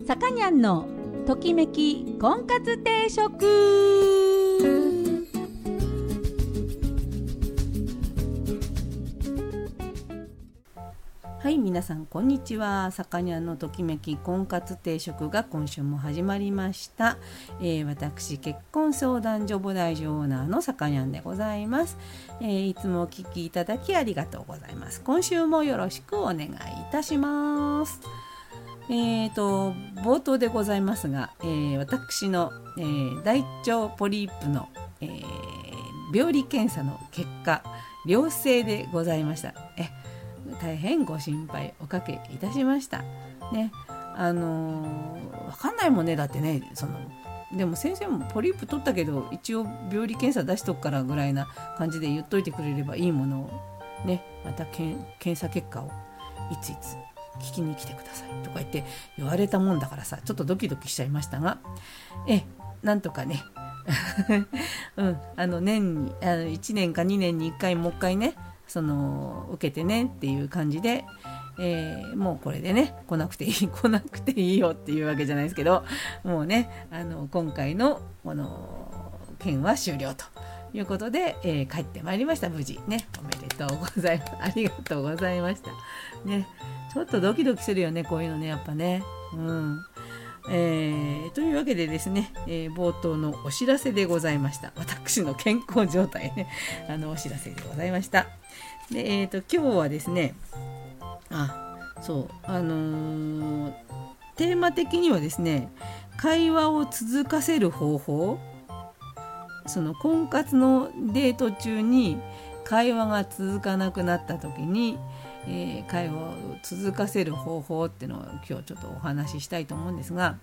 さかにゃんのときめき婚活定食。はい、皆さんこんにちは。さかにゃんのときめき婚活定食が今週も始まりました。私結婚相談所母大女オーナーのさかにゃんでございます。いつもお聞きいただきありがとうございます。今週もよろしくお願いいたします。冒頭でございますが、私の、大腸ポリープの、病理検査の結果良性でございました。大変ご心配おかけいたしましたね。わかんないもんね。だってね、でも先生もポリープ取ったけど一応病理検査出しとくからぐらいな感じで言っといてくれればいいものをね、また検査結果をいついつ聞きに来てくださいとか言われたもんだからさ、ちょっとドキドキしちゃいましたが、なんとかね年に1年か2年に1回もう一回ね受けてねっていう感じで、もうこれでね来なくていいよっていうわけじゃないですけど、もうね今回のこの件は終了ということで、帰ってまいりました。無事ね、おめでとうございます。ありがとうございましたね。ちょっとドキドキするよね、こういうのね、やっぱね。というわけでですね、冒頭のお知らせでございました。私の健康状態ねお知らせでございました。で、今日はですね、テーマ的にはですね、会話を続かせる方法、婚活のデート中に会話が続かなくなった時に、会話を続かせる方法っていうのを今日ちょっとお話ししたいと思うんですが、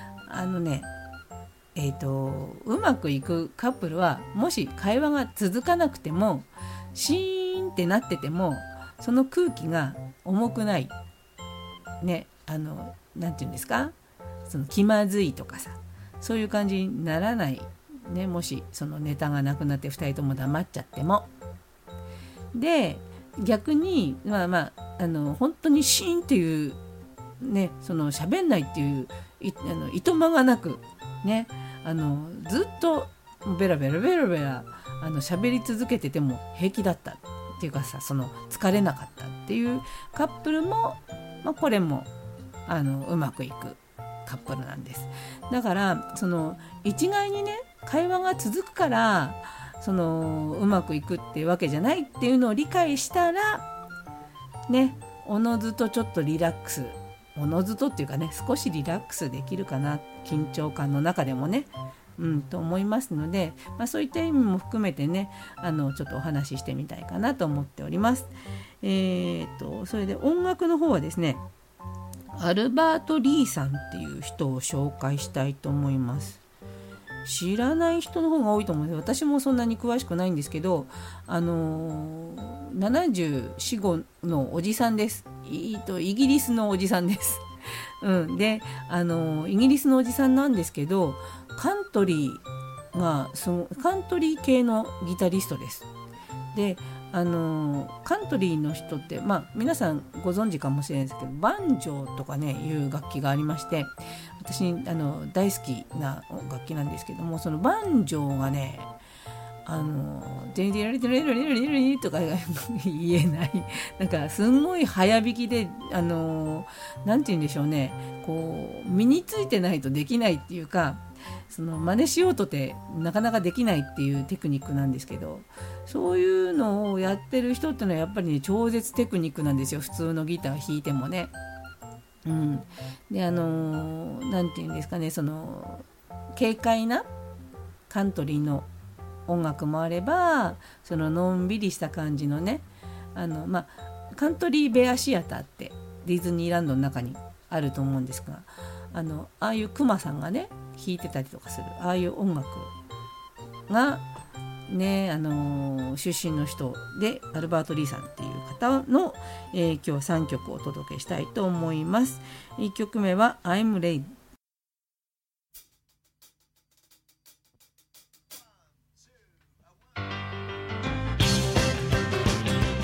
うまくいくカップルは、もし会話が続かなくてもシーンってなっててもその空気が重くないね、なんていうんですか、気まずいとかさ、そういう感じにならないね。もしそのネタがなくなって2人とも黙っちゃっても。で逆に本当にシーンっていうね、喋んないっていういとまがなくね、ずっとベラベラ喋り続けてても平気だったっていうかさ、疲れなかったっていうカップルも、これもうまくいくカップルなんです。だから一概にね会話が続くからうまくいくっていうわけじゃないっていうのを理解したらね、おのずとちょっとリラックス、おのずとっていうかね、少しリラックスできるかな、緊張感の中でもね、と思いますので、そういった意味も含めてね、ちょっとお話ししてみたいかなと思っております。それで音楽の方はですね、アルバート・リーさんっていう人を紹介したいと思います。知らない人の方が多いと思うんです。私もそんなに詳しくないんですけど、74、5のおじさんです。イギリスのおじさんです。でイギリスのおじさんなんですけど、カントリー系のギタリストです。でカントリーの人って、皆さんご存知かもしれないですけど、バンジョーとかねいう楽器がありまして、私大好きな楽器なんですけども、そのバンジョーがねデリデリデリデリデリデリとか言えない、なんかすんごい早弾きでなんて言うんでしょうね、こう身についてないとできないっていうか、真似しようとてなかなかできないっていうテクニックなんですけど、そういうのをやってる人ってのはやっぱりね超絶テクニックなんですよ。普通のギター弾いてもね。でなんていうんですかね、軽快なカントリーの音楽もあれば、のんびりした感じのね、カントリーベアシアターってディズニーランドの中にあると思うんですが、ああいうクマさんがね弾いてたりとかする、ああいう音楽がね、出身の人でアルバート・リーさんっていう方の、今日は3曲をお届けしたいと思います。1曲目は I'm Ready。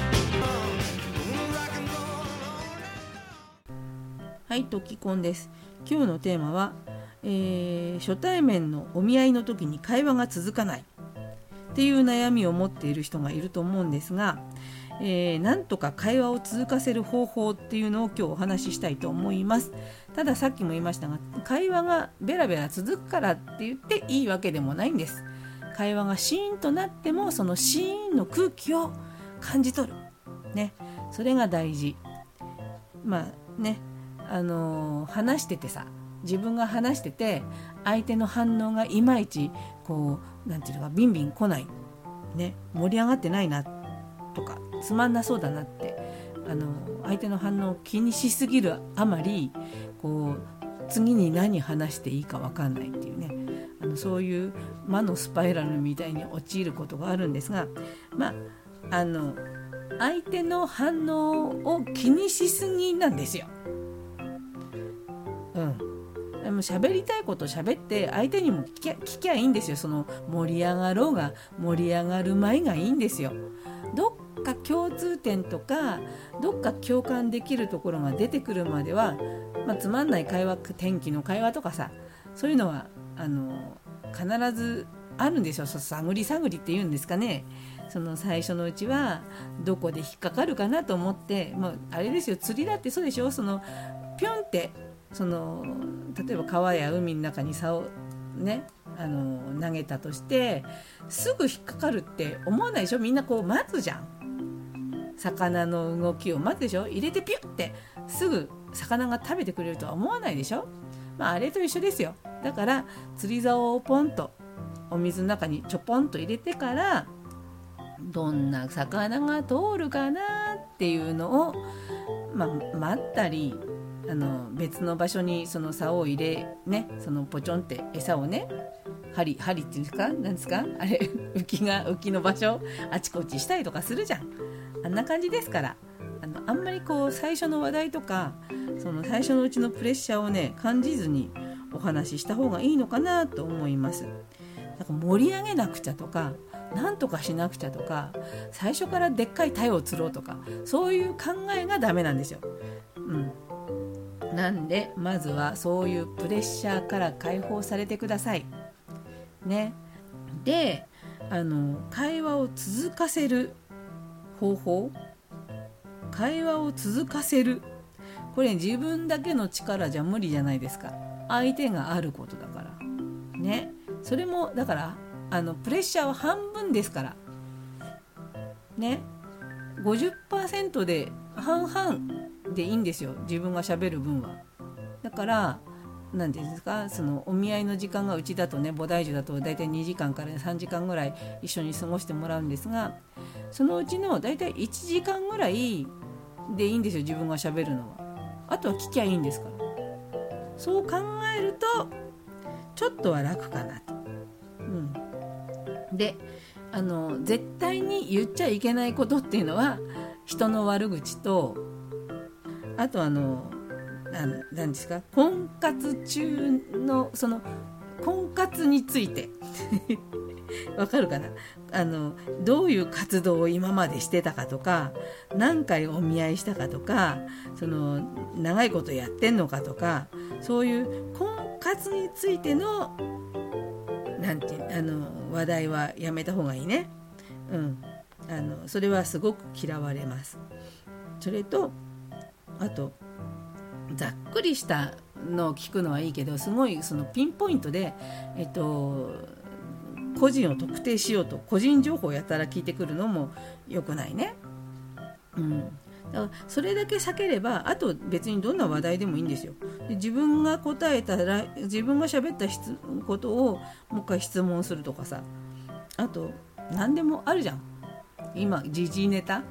はい、トキコンです。 今日のテーマは、初対面のお見合いの時に会話が続かないっていう悩みを持っている人がいると思うんですが、なんとか会話を続かせる方法っていうのを今日お話ししたいと思います。たださっきも言いましたが、会話がベラベラ続くからって言っていいわけでもないんです。会話がシーンとなってもそのシーンの空気を感じ取る、ね、それが大事。話しててさ、自分が話してて相手の反応がいまいちなんていうのかビンビン来ない、ね、盛り上がってないなとかつまんなそうだなって相手の反応を気にしすぎるあまり次に何話していいか分かんないっていうね、そういう魔のスパイラルみたいに陥ることがあるんですが、相手の反応を気にしすぎなんですよ。でも喋りたいこと喋って相手にも聞きゃいいんですよ。その盛り上がろうが盛り上がる前がいいんですよ。どっか共通点とかどっか共感できるところが出てくるまでは、つまんない会話、天気の会話とかさ、そういうのは必ずあるんですよ。探り探りっていうんですかね。その最初のうちはどこで引っかかるかなと思って、あれですよ、釣りだってそうでしょ。そのピョンって例えば川や海の中に竿をね投げたとしてすぐ引っかかるって思わないでしょ。みんな待つじゃん。魚の動きを待つでしょ。入れてピュッてすぐ魚が食べてくれるとは思わないでしょ。あれと一緒ですよ。だから釣り竿をポンとお水の中にちょぽんと入れてからどんな魚が通るかなっていうのを、待ったり別の場所にその竿を入れね、そのポチョンって餌をね、針っていうんですか、なんですかあれ浮きの場所あちこちしたりとかするじゃん。あんな感じですから、あんまり最初の話題とかその最初のうちのプレッシャーをね感じずにお話しした方がいいのかなと思います。だから盛り上げなくちゃとかなんとかしなくちゃとか最初からでっかい鯛を釣ろうとかそういう考えがダメなんですよ。なんでまずはそういうプレッシャーから解放されてくださいね。で会話を続かせる方法、会話を続かせる、これ自分だけの力じゃ無理じゃないですか。相手があることだからね。それもだからプレッシャーは半分ですからね。 50% で半々でいいんですよ、自分が喋る分は。だから何て言うんですか、そのお見合いの時間がうちだとね、菩提樹だとだいたい2時間から3時間ぐらい一緒に過ごしてもらうんですが、そのうちのだいたい1時間ぐらいでいいんですよ、自分が喋るのは。あとは聞きゃいいんですから。そう考えるとちょっとは楽かなと。で絶対に言っちゃいけないことっていうのは人の悪口と、あと何ですか、婚活中のその婚活についてわかるかな、どういう活動を今までしてたかとか、何回お見合いしたかとか、その長いことやってんのかとか、そういう婚活についての話題はやめた方がいいね。それはすごく嫌われます。それとあとざっくりしたのを聞くのはいいけど、すごいそのピンポイントで個人を特定しようと個人情報をやたら聞いてくるのも良くないね。だからそれだけ避ければ、あと別にどんな話題でもいいんですよ。で自分が答えたら、自分が喋ったことをもう一回質問するとかさ、あと何でもあるじゃん今、時事ネタ、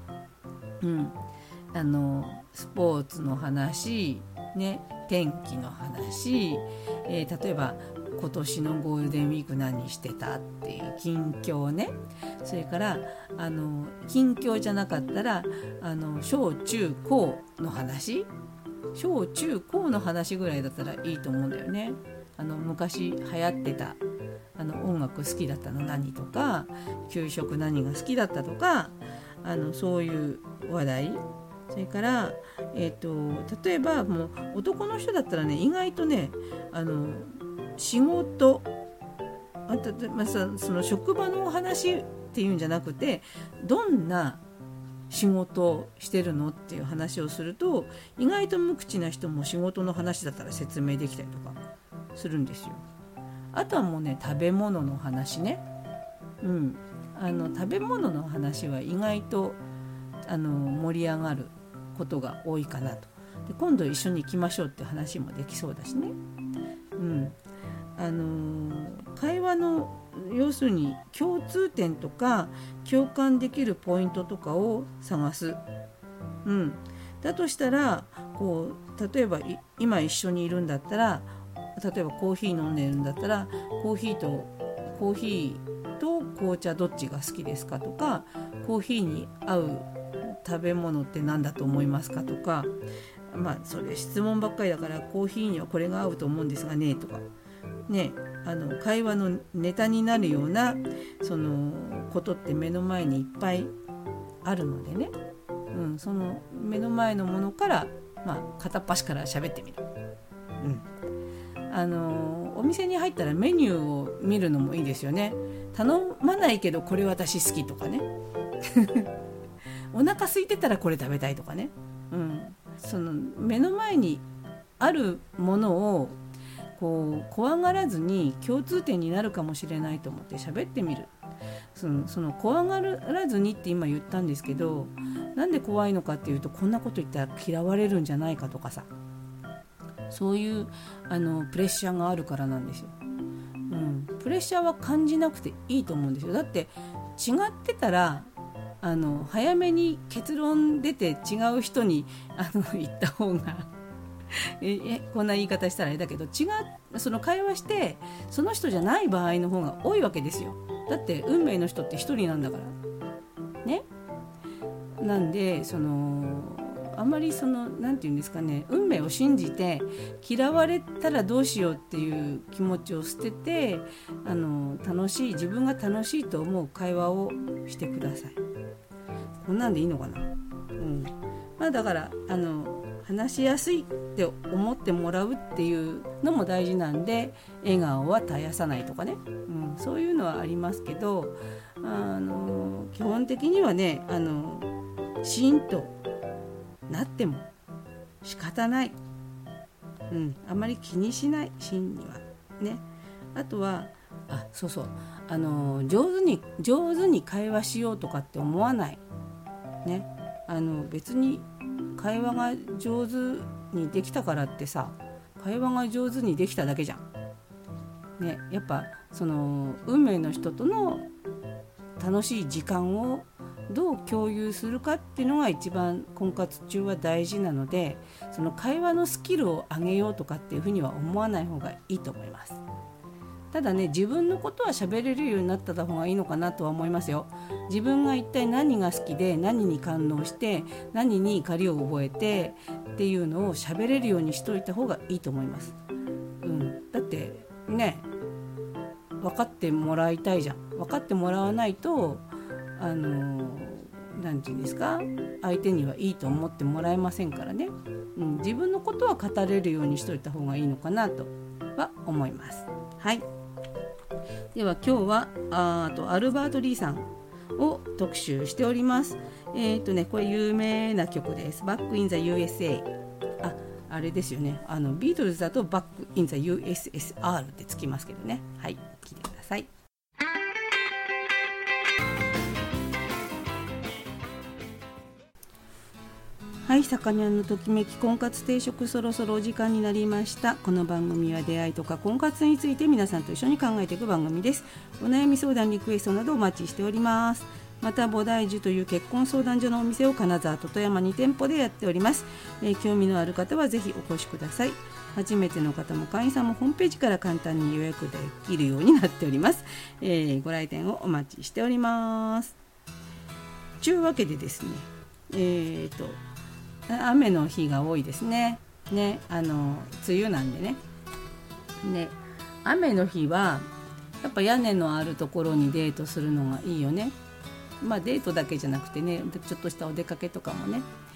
スポーツの話、ね、天気の話、例えば今年のゴールデンウィーク何してたっていう近況ね。それから近況じゃなかったら小中高の話、小中高の話ぐらいだったらいいと思うんだよね。昔流行ってた音楽好きだったの何とか、給食何が好きだったとか、そういう話題、 それから、例えばもう男の人だったらね、意外とね仕事あと、その職場の話っていうんじゃなくて、どんな仕事をしてるのっていう話をすると、意外と無口な人も仕事の話だったら説明できたりとかするんですよ。あとはもうね、食べ物の話ね、食べ物の話は意外と盛り上がることが多いかなと。で、今度一緒に行きましょうって話もできそうだしね。会話の要するに共通点とか共感できるポイントとかを探す。だとしたら例えば今一緒にいるんだったら、例えばコーヒー飲んでるんだったら、コーヒーと紅茶どっちが好きですかとか、コーヒーに合う食べ物って何だと思いますかとか、それ質問ばっかりだから、コーヒーにはこれが合うと思うんですがねとかね、会話のネタになるようなそのことって目の前にいっぱいあるのでね、その目の前のものから、片っ端から喋ってみる。お店に入ったらメニューを見るのもいいですよね。頼まないけどこれ私好きとかねお腹空いてたらこれ食べたいとかね、その目の前にあるものを怖がらずに共通点になるかもしれないと思って喋ってみる。その怖がらずにって今言ったんですけど、なんで怖いのかっていうと、こんなこと言ったら嫌われるんじゃないかとかさ、そういうプレッシャーがあるからなんですよ。プレッシャーは感じなくていいと思うんですよ。だって違ってたら早めに結論出て違う人に言った方がこんな言い方したらあれだけど、その会話してその人じゃない場合の方が多いわけですよ。だって運命の人って一人なんだからね。なんであまりなんていうんですかね、運命を信じて嫌われたらどうしようっていう気持ちを捨てて、自分が楽しいと思う会話をしてください。こんなんでいいのかな。だから話しやすいって思ってもらうっていうのも大事なんで、笑顔は絶やさないとかね、そういうのはありますけど、基本的にはね、シーンとなっても仕方ない、あまり気にしない、シーンにはね。あとは上手に会話しようとかって思わないね。別に会話が上手にできたからってさ、会話が上手にできただけじゃんね。やっぱ運命の人との楽しい時間をどう共有するかっていうのが一番婚活中は大事なので、その会話のスキルを上げようとかっていうふうには思わない方がいいと思います。ただね、自分のことは喋れるようになった方がいいのかなとは思いますよ。自分が一体何が好きで、何に感動して、何に怒りを覚えてっていうのを喋れるようにしといた方がいいと思います。だってね、分かってもらいたいじゃん。分かってもらわないとなんていうんですか、相手にはいいと思ってもらえませんからね。自分のことは語れるようにしといた方がいいのかなとは思います。はい。では今日はアルバート・リーさんを特集しております。これ有名な曲です。 Back in the USA。 あれですよね、ビートルズだと Back in the USSR ってつきますけどね。はい、聴いてください。はい、さかにゃんのときめき婚活定食、そろそろお時間になりました。この番組は出会いとか婚活について皆さんと一緒に考えていく番組です。お悩み相談、リクエストなどお待ちしております。また菩提樹という結婚相談所のお店を金沢と富山2店舗でやっております。興味のある方はぜひお越しください。初めての方も会員さんもホームページから簡単に予約できるようになっております。ご来店をお待ちしております。というわけでですね、雨の日が多いですね。梅雨なんでね。雨の日はやっぱ屋根のあるところにデートするのがいいよね。デートだけじゃなくてね、ちょっとしたお出かけとかもね。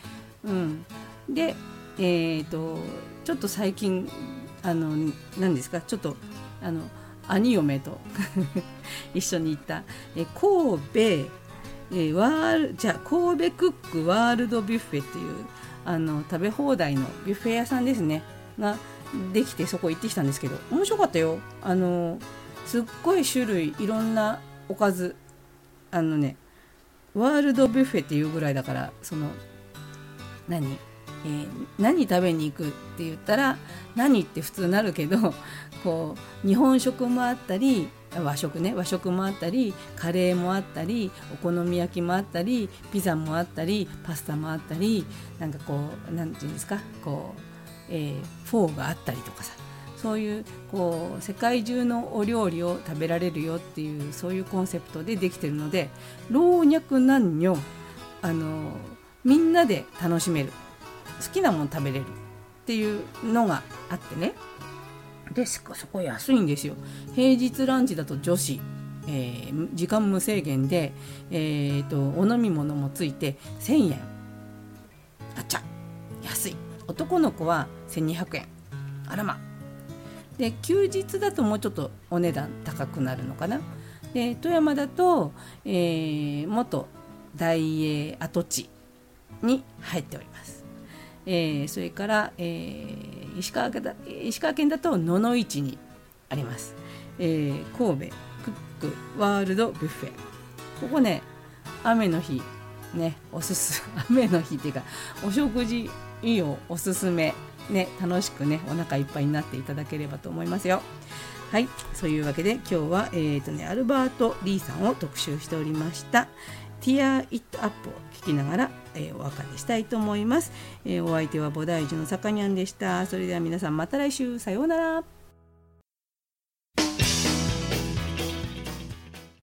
うん、で、ちょっと最近何ですか、ちょっと兄嫁と一緒に行った神戸神戸クックワールドビュッフェっていう食べ放題のビュッフェ屋さんですねができて、そこ行ってきたんですけど面白かったよ。すっごい種類いろんなおかずワールドビュッフェっていうぐらいだから、何食べに行くって言ったら何って普通なるけど、こう日本食もあったり和食もあったり、カレーもあったり、お好み焼きもあったり、ピザもあったり、パスタもあったり、なんかこうなんていうんですか、こう、フォーがあったりとかさ、そういうこう世界中のお料理を食べられるよっていう、そういうコンセプトでできてるので、老若男女みんなで楽しめる、好きなもの食べれるっていうのがあってね。でそこ安いんですよ。平日ランチだと女子、時間無制限で、お飲み物もついて1000円。あっちゃ安い。男の子は1200円。あらま。で休日だともうちょっとお値段高くなるのかな。で富山だと、元大英跡地に入っております。それから、石川県だと野々市にあります、神戸クックワールドビュッフェ。ここね、雨の日ね、雨の日っていうかお食事いいよ、おすすめね、楽しくねお腹いっぱいになっていただければと思いますよ。はい、そういうわけで今日は、アルバート・リーさんを特集しておりました。Tear It Up を聞きながら、お別れしたいと思います。お相手は菩提樹のさかにゃんでした。それでは皆さんまた来週、さようなら。